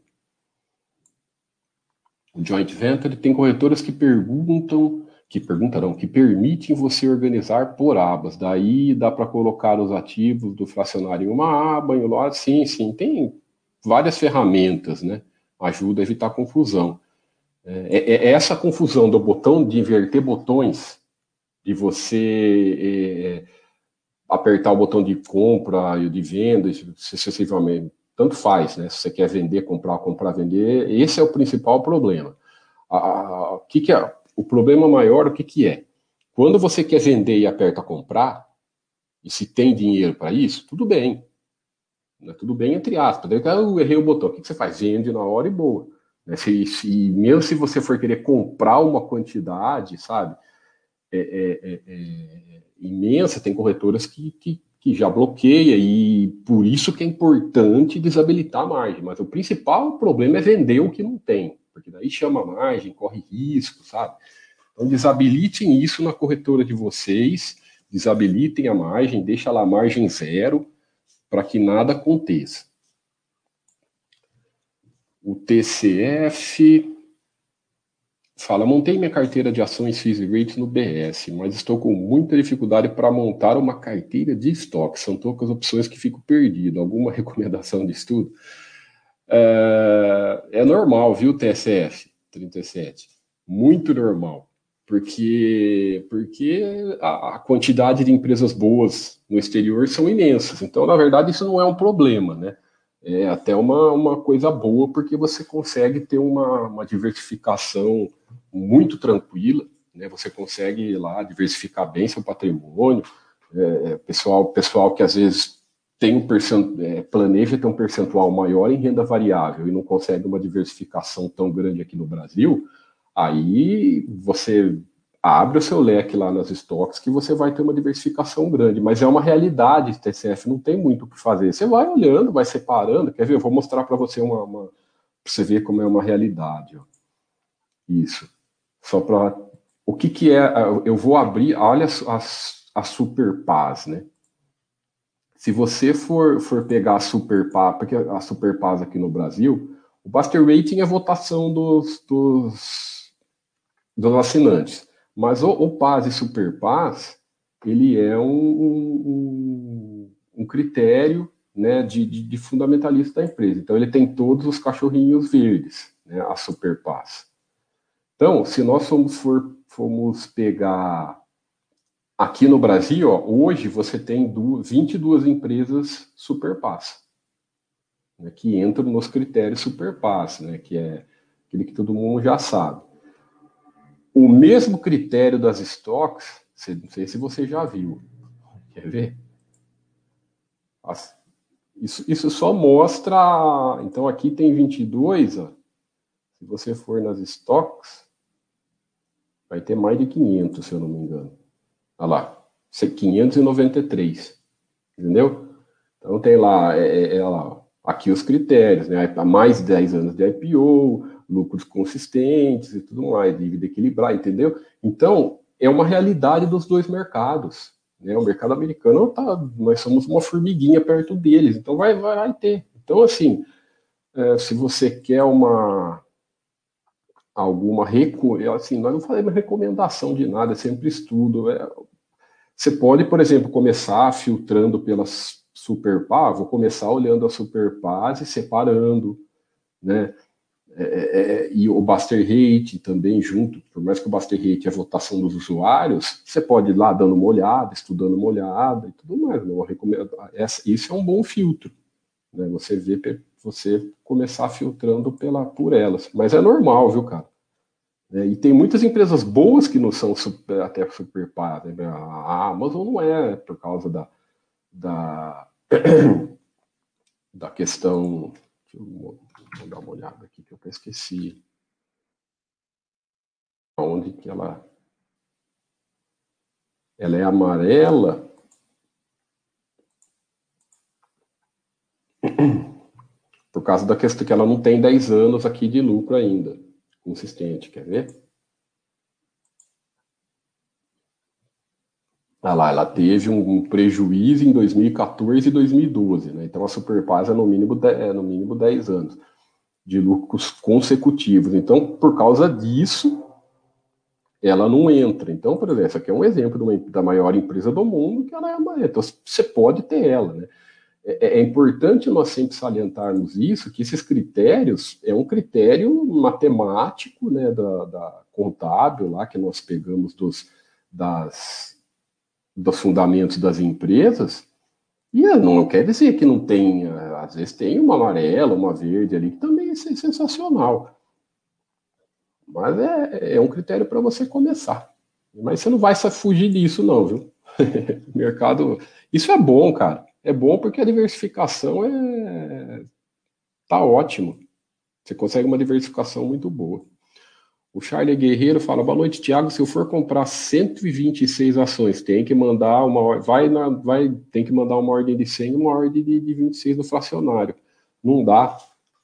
S1: O joint venture tem corretoras que perguntam, que perguntarão, que permitem você organizar por abas. Daí dá para colocar os ativos do fracionário em uma aba, em outra. Sim, sim, tem várias ferramentas, né? Ajuda a evitar confusão. É, é, é essa confusão do botão de inverter botões, de você é, apertar o botão de compra e de venda, sucessivamente. Tanto faz, né? Se você quer vender, comprar, comprar, vender, esse é o principal problema. O que, que é? O problema maior, o que, que é? Quando você quer vender e aperta comprar, e se tem dinheiro para isso, tudo bem. Né? Tudo bem, entre aspas. Daí eu errei o botão. O que, que você faz? Vende na hora e boa. Né? Se, se, mesmo se você for querer comprar uma quantidade, sabe? É, é, é, é imensa, tem corretoras que, que, que já bloqueia, e por isso que é importante desabilitar a margem. Mas o principal problema é vender o que não tem, porque daí chama a margem, corre risco, sabe? Então desabilitem isso na corretora de vocês, desabilitem a margem, deixa lá a margem zero, para que nada aconteça. O T C F fala, montei minha carteira de ações F I I s e REITs no B S, mas estou com muita dificuldade para montar uma carteira de estoque. São poucas opções que fico perdido. Alguma recomendação de estudo? É, é normal, viu, T S F trinta e sete? Muito normal. Porque, porque a, a quantidade de empresas boas no exterior são imensas. Então, na verdade, isso não é um problema, né? É até uma, uma coisa boa, porque você consegue ter uma, uma diversificação muito tranquila, né? Você consegue lá diversificar bem seu patrimônio. É, pessoal, pessoal que às vezes tem um percent... é, planeja ter um percentual maior em renda variável e não consegue uma diversificação tão grande aqui no Brasil, aí você abre o seu leque lá nas estoques que você vai ter uma diversificação grande, mas é uma realidade, T C F não tem muito o que fazer. Você vai olhando, vai separando, quer ver? Eu vou mostrar para você uma, uma para você ver como é uma realidade. Ó. Isso. Só para o que que é? Eu vou abrir. Olha a, a Super Paz, né? Se você for, for pegar a Super Paz, porque a Super Paz aqui no Brasil, o Buster Rating é a votação dos, dos, dos assinantes. Mas o, o Paz e Super Paz, ele é um, um, um critério, né, de, de, de fundamentalista da empresa. Então ele tem todos os cachorrinhos verdes, né, a Super Paz. Então, se nós formos, for, formos pegar aqui no Brasil, ó, hoje você tem vinte e duas empresas Superpass, né, que entram nos critérios Superpass, né, que é aquele que todo mundo já sabe. O mesmo critério das stocks, não sei se você já viu, quer ver? Isso, isso só mostra... Então aqui tem vinte e dois, ó. Se você for nas stocks, vai ter mais de quinhentos, se eu não me engano. Olha lá, quinhentos e noventa e três, entendeu? Então tem lá, é, é, é lá, aqui os critérios, né? Há mais de dez anos de I P O, lucros consistentes e tudo mais, dívida equilibrada, entendeu? Então, é uma realidade dos dois mercados, né? O mercado americano tá, nós somos uma formiguinha perto deles, então vai, vai, vai ter. Então, assim, é, se você quer uma alguma recu... assim, nós não fazemos recomendação de nada, é sempre estudo. É... Você pode, por exemplo, começar filtrando pelas Superpá, vou começar olhando a Superpás e separando, né? É, é, e o Buster Rate também junto, por mais que o Buster Rate é a votação dos usuários, você pode ir lá dando uma olhada, estudando uma olhada e tudo mais. Não recomendo... Essa, isso é um bom filtro, né? Você vê, você começar filtrando pela, por elas. Mas é normal, viu, cara? É, e tem muitas empresas boas que não são super, até super pá, né? A Amazon não é por causa da, da, da questão. Deixa eu dar uma olhada aqui que eu até esqueci. Onde que ela. Ela é amarela. Por causa da questão que ela não tem dez anos aqui de lucro ainda. Consistente, quer ver? Ah lá, ela teve um prejuízo em dois mil e quatorze e dois mil e doze, né? Então a Superpaz é no mínimo, é no mínimo dez anos de lucros consecutivos. Então, por causa disso, ela não entra. Então, por exemplo, essa aqui é um exemplo de uma, da maior empresa do mundo, que ela é uma. Então, você pode ter ela, né? É, é importante nós sempre salientarmos isso, que esses critérios é um critério matemático, né, da, da contábil lá que nós pegamos dos, das, dos fundamentos das empresas. E não quer dizer que não tem, às vezes tem uma amarela, uma verde ali, que também é sensacional. Mas é, é um critério para você começar. Mas você não vai fugir disso, não, viu? Mercado. Isso é bom, cara. É bom porque a diversificação é. Tá ótimo. Você consegue uma diversificação muito boa. O Charlie Guerreiro fala: boa noite, Thiago. Se eu for comprar cento e vinte e seis ações, tem que mandar uma vai na vai tem que mandar uma ordem de cem e uma ordem de, de vinte e seis no fracionário. Não dá.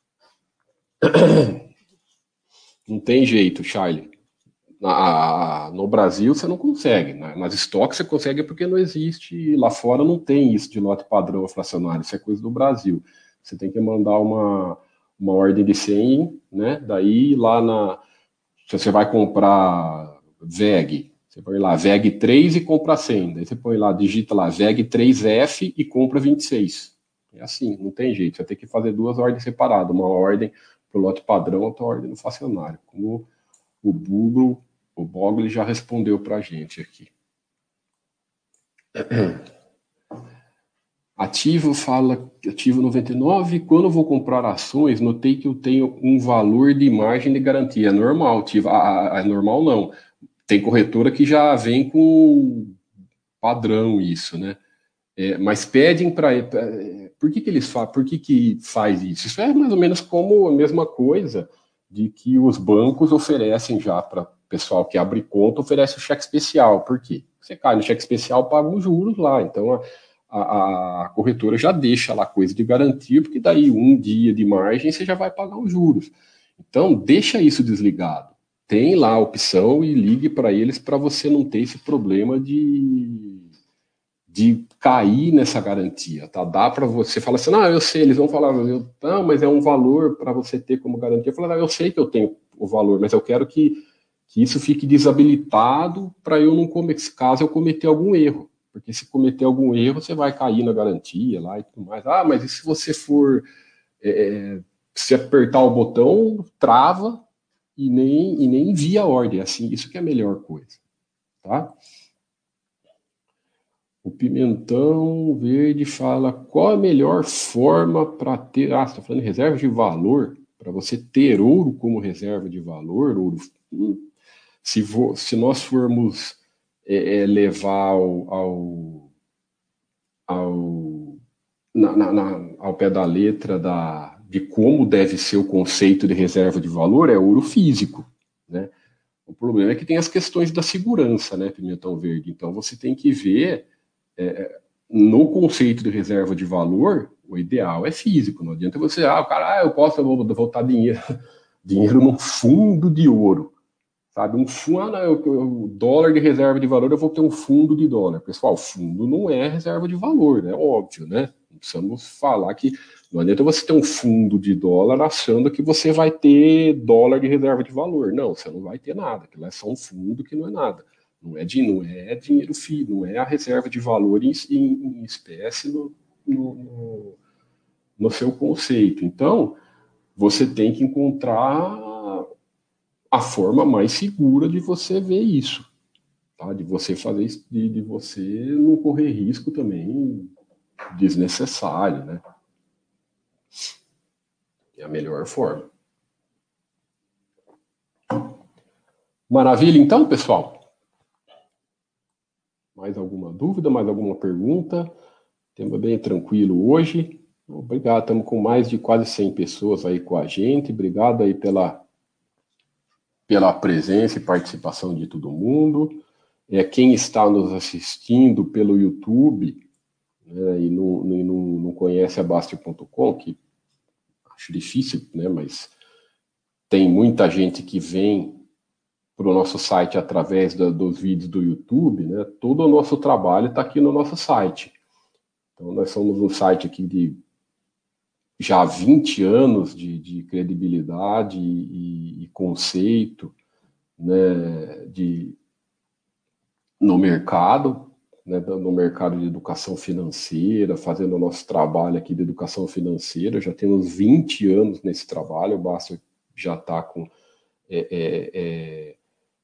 S1: Não tem jeito, Charlie. Na, no Brasil você não consegue, né? Nas estoques você consegue porque não existe, lá fora não tem isso de lote padrão fracionário, isso é coisa do Brasil. Você tem que mandar uma, uma ordem de cem, né? Daí lá na. Se você vai comprar V E G, você põe lá V E G três e compra cem. Daí você põe lá, digita lá V E G três F e compra vinte e seis. É assim, não tem jeito. Você tem que fazer duas ordens separadas, uma ordem para o lote padrão, outra ordem no fracionário. Como o Google, o Bogli já respondeu para a gente aqui. Ativo fala, ativo noventa e nove, quando eu vou comprar ações, notei que eu tenho um valor de margem de garantia. É normal, ativo, a, a, é normal não. Tem corretora que já vem com padrão isso, né? É, mas pedem para... Por que que eles fazem? Por que que faz isso? Isso é mais ou menos como a mesma coisa de que os bancos oferecem já para pessoal que abre conta, oferece o cheque especial. Por quê? Você cai no cheque especial, paga os juros lá. Então, a, a, a corretora já deixa lá coisa de garantia, porque daí um dia de margem você já vai pagar os juros. Então, deixa isso desligado. Tem lá a opção e ligue para eles para você não ter esse problema de, de cair nessa garantia. Tá? Dá para você falar assim, não, eu sei, eles vão falar, não, mas é um valor para você ter como garantia. Eu falo, não, eu sei que eu tenho o valor, mas eu quero que, que isso fique desabilitado para eu não cometer, caso eu cometer algum erro. Porque se cometer algum erro, você vai cair na garantia lá e tudo mais. Ah, mas e se você for... É, se apertar o botão, trava, e nem, e nem via ordem, assim, isso que é a melhor coisa, tá? O Pimentão Verde fala, qual a melhor forma para ter, ah, você está falando de reserva de valor, para você ter ouro como reserva de valor, ouro, se, vo, se nós formos é, é, levar ao, ao, ao, na, na, na, ao pé da letra da, de como deve ser o conceito de reserva de valor, é ouro físico, né? O problema é que tem as questões da segurança, né, Pimentão Verde? Então você tem que ver, é, no conceito de reserva de valor, o ideal é físico. Não adianta você, ah, o cara, ah, eu posso eu vou voltar dinheiro, dinheiro num fundo de ouro, sabe? Um fundo, ah, não, eu, eu, dólar de reserva de valor, eu vou ter um fundo de dólar. Pessoal, fundo não é reserva de valor, é óbvio, né? Não precisamos falar que não adianta você ter um fundo de dólar achando que você vai ter dólar de reserva de valor. Não, você não vai ter nada. Aquilo é só um fundo que não é nada. Não é, de, não é dinheiro fio, não é a reserva de valor em, em, em espécie no, no, no seu conceito. Então, você tem que encontrar a forma mais segura de você ver isso. Tá? De você fazer isso, de, de você não correr risco também desnecessário, né? É a melhor forma. Maravilha, então, pessoal? Mais alguma dúvida, mais alguma pergunta? Tema bem tranquilo hoje. Obrigado, estamos com mais de quase cem pessoas aí com a gente. Obrigado aí pela, pela presença e participação de todo mundo. É, quem está nos assistindo pelo YouTube, né, e não, não, não conhece a Baster ponto com, que acho difícil, né, mas tem muita gente que vem para o nosso site através da, dos vídeos do YouTube, né? Todo o nosso trabalho está aqui no nosso site. Então, nós somos um site aqui de já vinte anos de, de credibilidade e, e conceito, né, de, no mercado, né, no mercado de educação financeira, fazendo o nosso trabalho aqui de educação financeira. Já temos vinte anos nesse trabalho, o Baster já está com... É, é, é,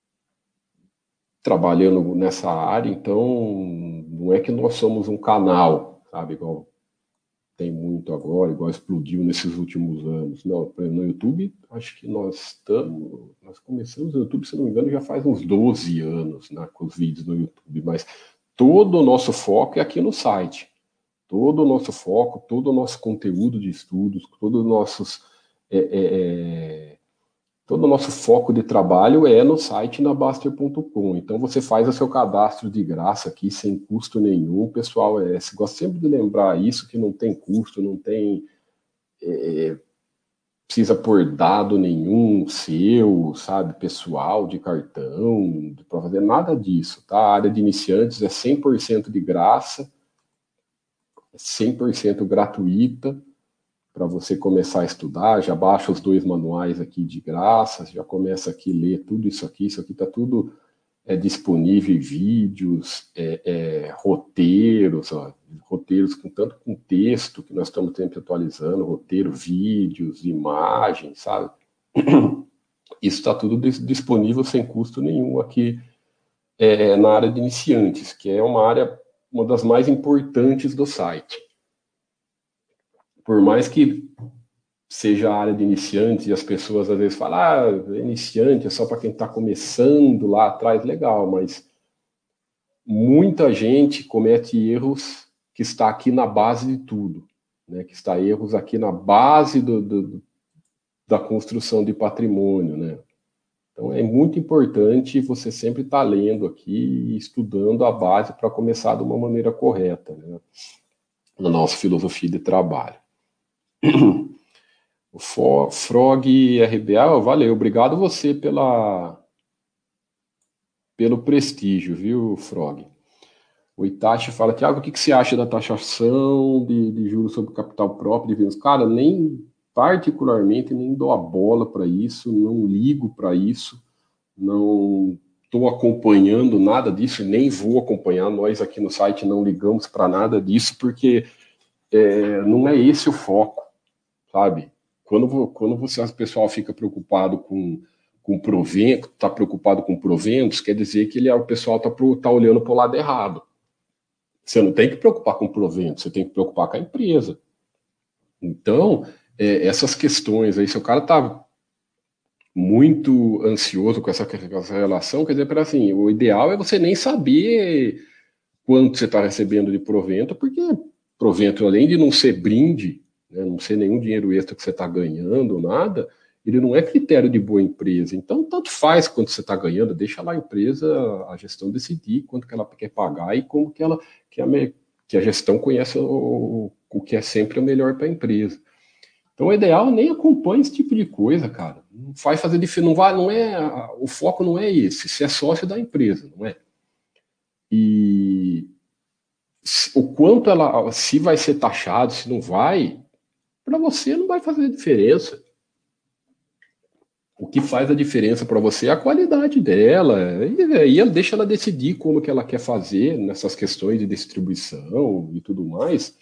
S1: trabalhando nessa área, então não é que nós somos um canal, sabe, igual tem muito agora, igual explodiu nesses últimos anos. Não, no YouTube, acho que nós estamos, nós começamos no YouTube, se não me engano, já faz uns doze anos, né, com os vídeos no YouTube, mas todo o nosso foco é aqui no site. Todo o nosso foco, todo o nosso conteúdo de estudos, todos os nossos... É, é, é, Todo o nosso foco de trabalho é no site na Baster ponto com. Então você faz o seu cadastro de graça aqui, sem custo nenhum. Pessoal, é, se gosta sempre de lembrar isso, que não tem custo, não tem... É, precisa pôr dado nenhum seu, sabe, pessoal, de cartão, para fazer nada disso, tá? A área de iniciantes é cem por cento de graça, cem por cento gratuita, para você começar a estudar. Já baixa os dois manuais aqui de graça, já começa aqui a ler tudo isso aqui, isso aqui está tudo é, disponível em vídeos, é, é, roteiros, ó, roteiros com tanto com texto, que nós estamos sempre atualizando, roteiro, vídeos, imagens, sabe? Isso está tudo disponível sem custo nenhum aqui é, na área de iniciantes, que é uma área, uma das mais importantes do site. Por mais que seja a área de iniciantes e as pessoas às vezes falam, ah, iniciante é só para quem está começando lá atrás, legal, mas muita gente comete erros que está aqui na base de tudo, né? Que está erros aqui na base do, do, da construção de patrimônio, né? Então é muito importante você sempre estar lendo aqui e estudando a base para começar de uma maneira correta, né? Na nossa filosofia de trabalho. O Frog R B A, valeu, obrigado você pela, pelo prestígio, viu, Frog? O Itachi fala, Tiago, o que, que você acha da taxação de, de juros sobre capital próprio de vendas? Cara, nem particularmente, nem dou a bola para isso, não ligo para isso, não estou acompanhando nada disso, nem vou acompanhar. Nós aqui no site não ligamos para nada disso, porque é, não é esse o foco, sabe? Quando, quando você, o pessoal fica preocupado com, com provento, está preocupado com proventos, quer dizer que ele, o pessoal está tá olhando para o lado errado. Você não tem que preocupar com provento, você tem que preocupar com a empresa. Então, é, essas questões aí, se o cara está muito ansioso com essa, com essa relação, quer dizer, para assim, o ideal é você nem saber quanto você está recebendo de provento, porque provento, além de não ser brinde, né, não ser nenhum dinheiro extra que você está ganhando, nada, ele não é critério de boa empresa. Então, tanto faz quanto você está ganhando, deixa lá a empresa, a gestão decidir quanto que ela quer pagar e como que, ela, que, a, que a gestão conhece o, o que é sempre o melhor para a empresa. Então, o ideal nem acompanha esse tipo de coisa, cara. Não faz fazer diferença, não vai, não é, o foco não é esse, se é sócio da empresa, não é? E o quanto ela, se vai ser taxado, se não vai, para você não vai fazer diferença. O que faz a diferença para você é a qualidade dela, e aí deixa ela decidir como que ela quer fazer nessas questões de distribuição e tudo mais.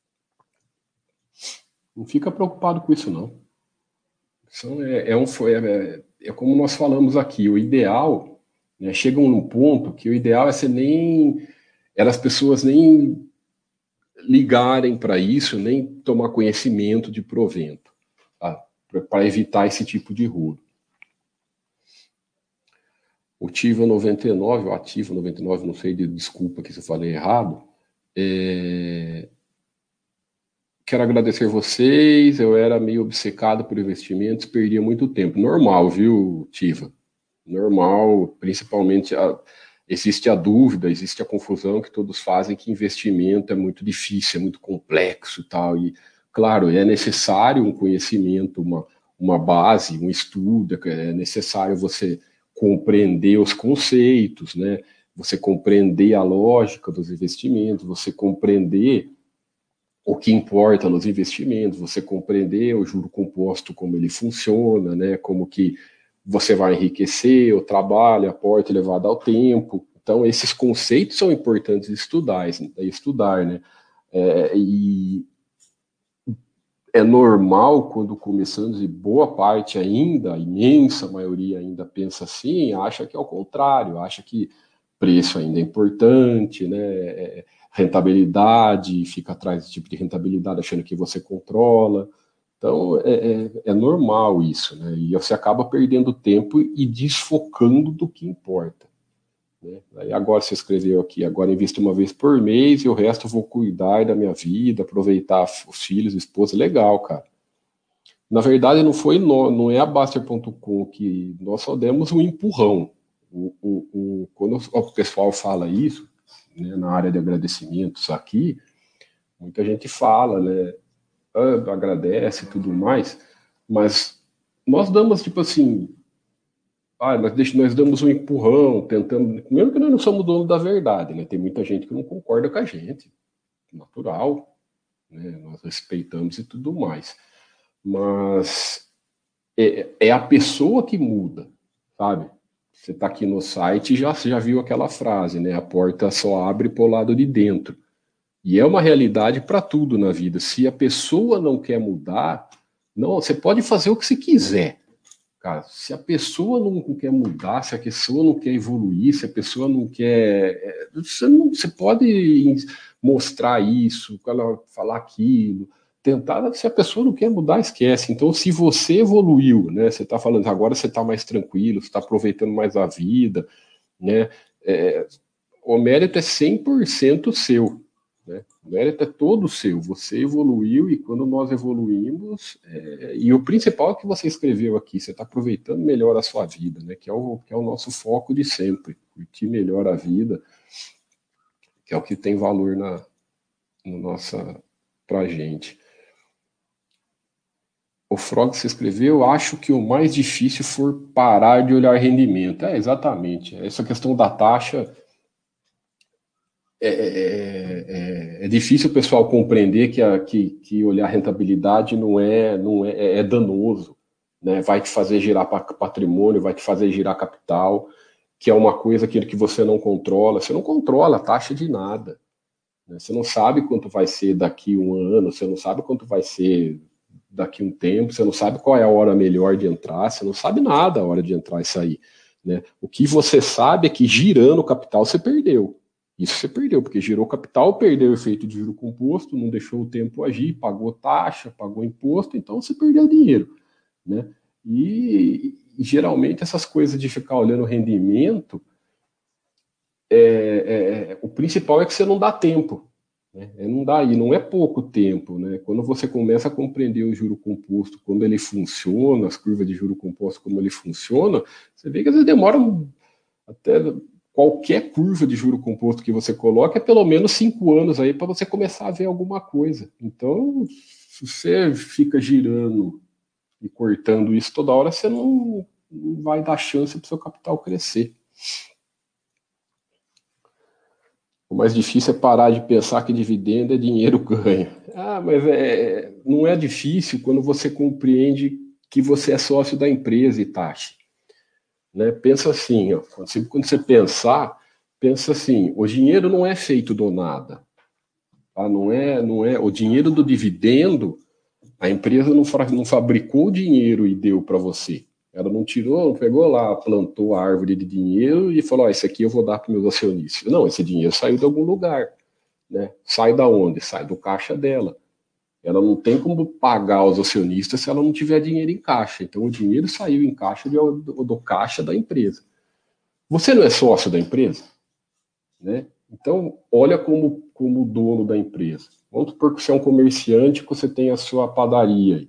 S1: Não fica preocupado com isso, não. Isso é, é, um, é, é como nós falamos aqui, o ideal, né, chega num ponto que o ideal é você nem, elas pessoas nem ligarem para isso, nem tomar conhecimento de provento, tá? Para evitar esse tipo de rolo. O Tiva noventa e nove, o Ativo noventa e nove, não sei, de, desculpa que se eu falei errado. É... Quero agradecer vocês, eu era meio obcecado por investimentos, perdia muito tempo. Normal, viu, Tiva? Normal, principalmente a... existe a dúvida, existe a confusão que todos fazem que investimento é muito difícil, é muito complexo e tal. E, claro, é necessário um conhecimento, uma, uma base, um estudo, é necessário você compreender os conceitos, né? Você compreender a lógica dos investimentos, você compreender o que importa nos investimentos, você compreender o juro composto, como ele funciona, né? Como que você vai enriquecer o trabalho, aporte elevado ao tempo. Então, esses conceitos são importantes de estudar, de estudar, né? É, e é normal quando começando, e boa parte ainda, a imensa maioria ainda pensa assim, acha que é o contrário, acha que preço ainda é importante, né? Rentabilidade, fica atrás desse tipo de rentabilidade achando que você controla. Então, é, é, é normal isso, né? E você acaba perdendo tempo e desfocando do que importa. Né? Aí agora você escreveu aqui, agora invisto uma vez por mês e o resto eu vou cuidar da minha vida, aproveitar os filhos, a esposa. Legal, cara. Na verdade, não foi no, não é a Baster ponto com que nós só demos um empurrão. O, o, o, quando o pessoal fala isso, né, na área de agradecimentos aqui, muita gente fala, né? Ah, agradece e tudo mais, mas nós damos tipo assim, ah, nós, nós damos um empurrão, tentando, mesmo que nós não somos dono da verdade, né? Tem muita gente que não concorda com a gente, natural, né? Nós respeitamos e tudo mais, mas é, é a pessoa que muda, sabe? Você está aqui no site e já, já viu aquela frase, né? A porta só abre para o lado de dentro. E é uma realidade para tudo na vida. Se a pessoa não quer mudar, não, você pode fazer o que você quiser. Cara, se a pessoa não quer mudar, se a pessoa não quer evoluir, se a pessoa não quer. Você, não, você pode mostrar isso, falar aquilo, tentar. Se a pessoa não quer mudar, esquece. Então, se você evoluiu, né? Você está falando, agora você está mais tranquilo, você está aproveitando mais a vida, né? É, o mérito é cem por cento seu. Né? O mérito é todo seu, você evoluiu e quando nós evoluímos, é, e o principal é que você escreveu aqui, você está aproveitando melhor a sua vida, né? que, é o, que é o nosso foco de sempre, curtir melhor a vida, que é o que tem valor na, na nossa, pra gente. O Frog se escreveu, acho que o mais difícil for parar de olhar rendimento. É, exatamente, essa questão da taxa. É, é, é, é difícil o pessoal compreender que, a, que, que olhar rentabilidade não é, não é, é danoso, né? Vai te fazer girar patrimônio, vai te fazer girar capital, que é uma coisa aquilo que você não controla. Você não controla a taxa de nada. Né? Você não sabe quanto vai ser daqui um ano, você não sabe quanto vai ser daqui a um tempo, você não sabe qual é a hora melhor de entrar, você não sabe nada a hora de entrar e sair, né? O que você sabe é que girando o capital você perdeu. Isso você perdeu, porque girou capital, perdeu o efeito de juro composto, não deixou o tempo agir, pagou taxa, pagou imposto, então você perdeu dinheiro, né? E, e geralmente essas coisas de ficar olhando o rendimento, é, é, o principal é que você não dá tempo, né? É, não dá, e não é pouco tempo, né? Quando você começa a compreender o juro composto, quando ele funciona, as curvas de juro composto, como ele funciona, você vê que às vezes demora até qualquer curva de juro composto que você coloque é pelo menos cinco anos aí para você começar a ver alguma coisa. Então, se você fica girando e cortando isso toda hora, você não, não vai dar chance para o seu capital crescer. O mais difícil é parar de pensar que dividendo é dinheiro ganho. Ah, mas é, não é difícil quando você compreende que você é sócio da empresa, Itachi. Né? Pensa assim, ó, quando você pensar, pensa assim, o dinheiro não é feito do nada. Tá? Não é, não é, o dinheiro do dividendo, a empresa não, não fabricou o dinheiro e deu para você. Ela não tirou, não pegou lá, plantou a árvore de dinheiro e falou, ó, esse aqui eu vou dar para meus acionistas. Não, esse dinheiro saiu de algum lugar. Né? Sai da onde? Sai do caixa dela. Ela não tem como pagar os acionistas se ela não tiver dinheiro em caixa. Então, o dinheiro saiu em caixa do, do, do caixa da empresa. Você não é sócio da empresa? Né? Então, olha como, como dono da empresa. Vamos supor que você é um comerciante, que você tem a sua padaria.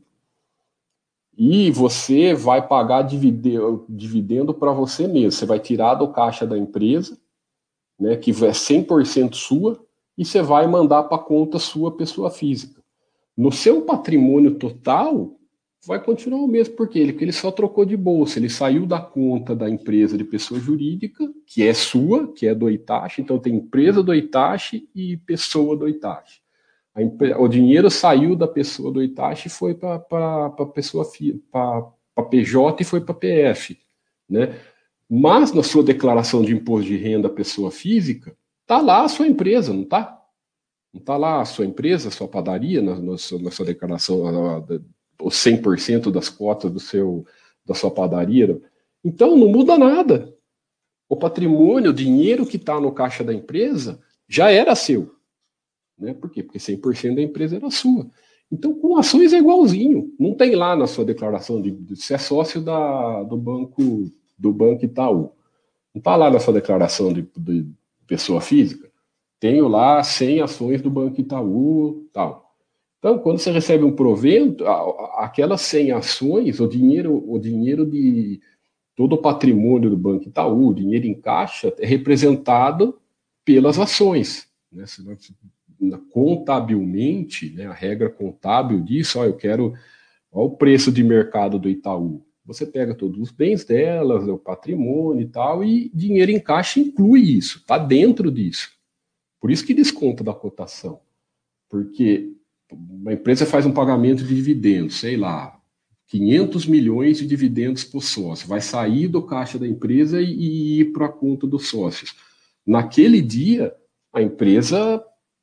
S1: E você vai pagar dividendo, dividendo para você mesmo. Você vai tirar do caixa da empresa, né, que é cem por cento sua, e você vai mandar para a conta sua pessoa física. No seu patrimônio total, vai continuar o mesmo, porque ele, porque ele só trocou de bolsa, ele saiu da conta da empresa de pessoa jurídica, que é sua, que é do Itachi, então tem empresa do Itachi e pessoa do Itachi. A, o dinheiro saiu da pessoa do Itachi e foi para a pessoa, para P J e foi para P F, né? Mas na sua declaração de imposto de renda pessoa física, tá lá a sua empresa, não tá? Não está lá a sua empresa, a sua padaria, na, na, sua, na sua declaração, os cem por cento das cotas do seu, da sua padaria. Então, não muda nada. O patrimônio, o dinheiro que está no caixa da empresa, já era seu. Né? Por quê? Porque cem por cento da empresa era sua. Então, com ações é igualzinho. Não tem lá na sua declaração de, de se é sócio da, do banco do banco Itaú. Não está lá na sua declaração de, de pessoa física. Tenho lá cem ações do Banco Itaú, tal. Então, quando você recebe um provento, aquelas cem ações, o dinheiro, o dinheiro de todo o patrimônio do Banco Itaú, o dinheiro em caixa, é representado pelas ações. Né? Contabilmente, né, a regra contábil diz, ó, eu quero ó, o preço de mercado do Itaú. Você pega todos os bens delas, o patrimônio e tal, e dinheiro em caixa inclui isso, está dentro disso. Por isso que desconta da cotação. Porque uma empresa faz um pagamento de dividendos, sei lá, quinhentos milhões de dividendos por sócio, vai sair do caixa da empresa e ir para a conta dos sócios. Naquele dia, a empresa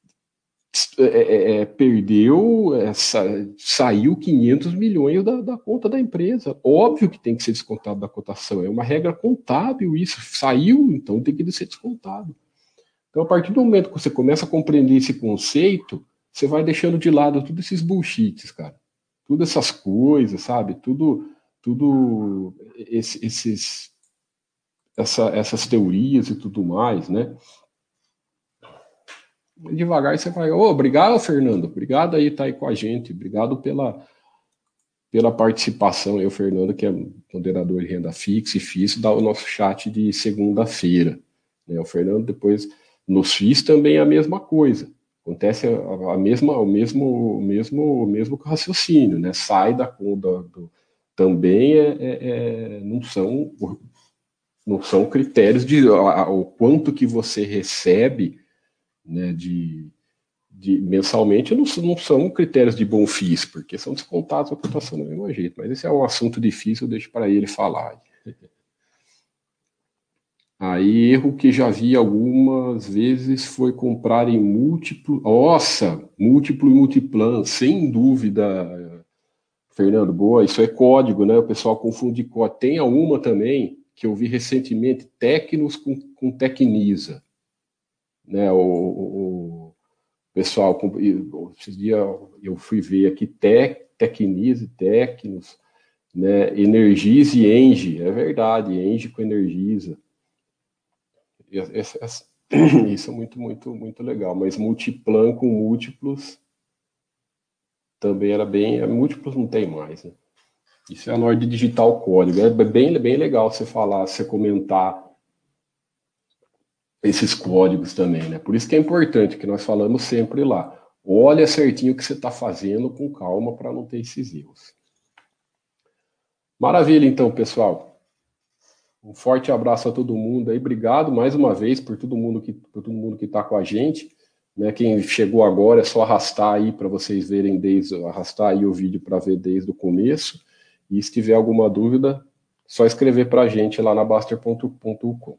S1: é, é, perdeu, é, sa, saiu quinhentos milhões da, da conta da empresa. Óbvio que tem que ser descontado da cotação, é uma regra contábil isso. Saiu, então tem que ser descontado. Então, a partir do momento que você começa a compreender esse conceito, você vai deixando de lado todos esses bullshits, cara. Todas essas coisas, sabe? Tudo, tudo esse, esses, essa, essas teorias e tudo mais, né? Devagar você vai... Oh, obrigado, Fernando. Obrigado aí, tá aí com a gente. Obrigado pela, pela participação. Eu, Fernando, que é moderador de renda fixa e F I I S, dá o nosso chat de segunda-feira. Né? O Fernando depois... Nos F I Is também é a mesma coisa. Acontece a, a mesma, o mesmo, o mesmo, o mesmo raciocínio, né? Sai da conta do, também é, é, é, não são não são critérios de a, o quanto que você recebe, né? De, de mensalmente não, não são critérios de bom F I Is, porque são descontados a cotação do mesmo jeito. Mas esse é um assunto difícil, eu deixo para ele falar. Aí, erro que já vi algumas vezes foi comprar em múltiplo. Nossa, múltiplo e multiplan, sem dúvida, Fernando, boa, isso é código, né? O pessoal confunde código. Tem uma também que eu vi recentemente, Tecnos com, com Tecnisa, né? O, o, o pessoal, esses dias eu fui ver aqui, Tec, Tecnisa, Tecnos, né? Energize e Engie, é verdade, Engie com Energisa. Isso é muito, muito, muito legal, mas Multiplan com múltiplos também era bem, múltiplos não tem mais, né? Isso é a hora de digitar o código. É bem, bem legal você falar, você comentar esses códigos também, né? Por isso que é importante que nós falamos sempre lá. Olha certinho o que você está fazendo com calma para não ter esses erros. Maravilha, então, pessoal. Um forte abraço a todo mundo aí. Obrigado mais uma vez por todo mundo que por todo mundo que está com a gente. Né? Quem chegou agora é só arrastar aí para vocês verem desde arrastar aí o vídeo para ver desde o começo. E se tiver alguma dúvida, só escrever para a gente lá na Baster ponto com.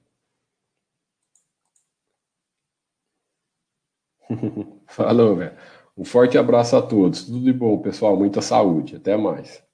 S1: Falou, velho. Um forte abraço a todos. Tudo de bom, pessoal. Muita saúde. Até mais.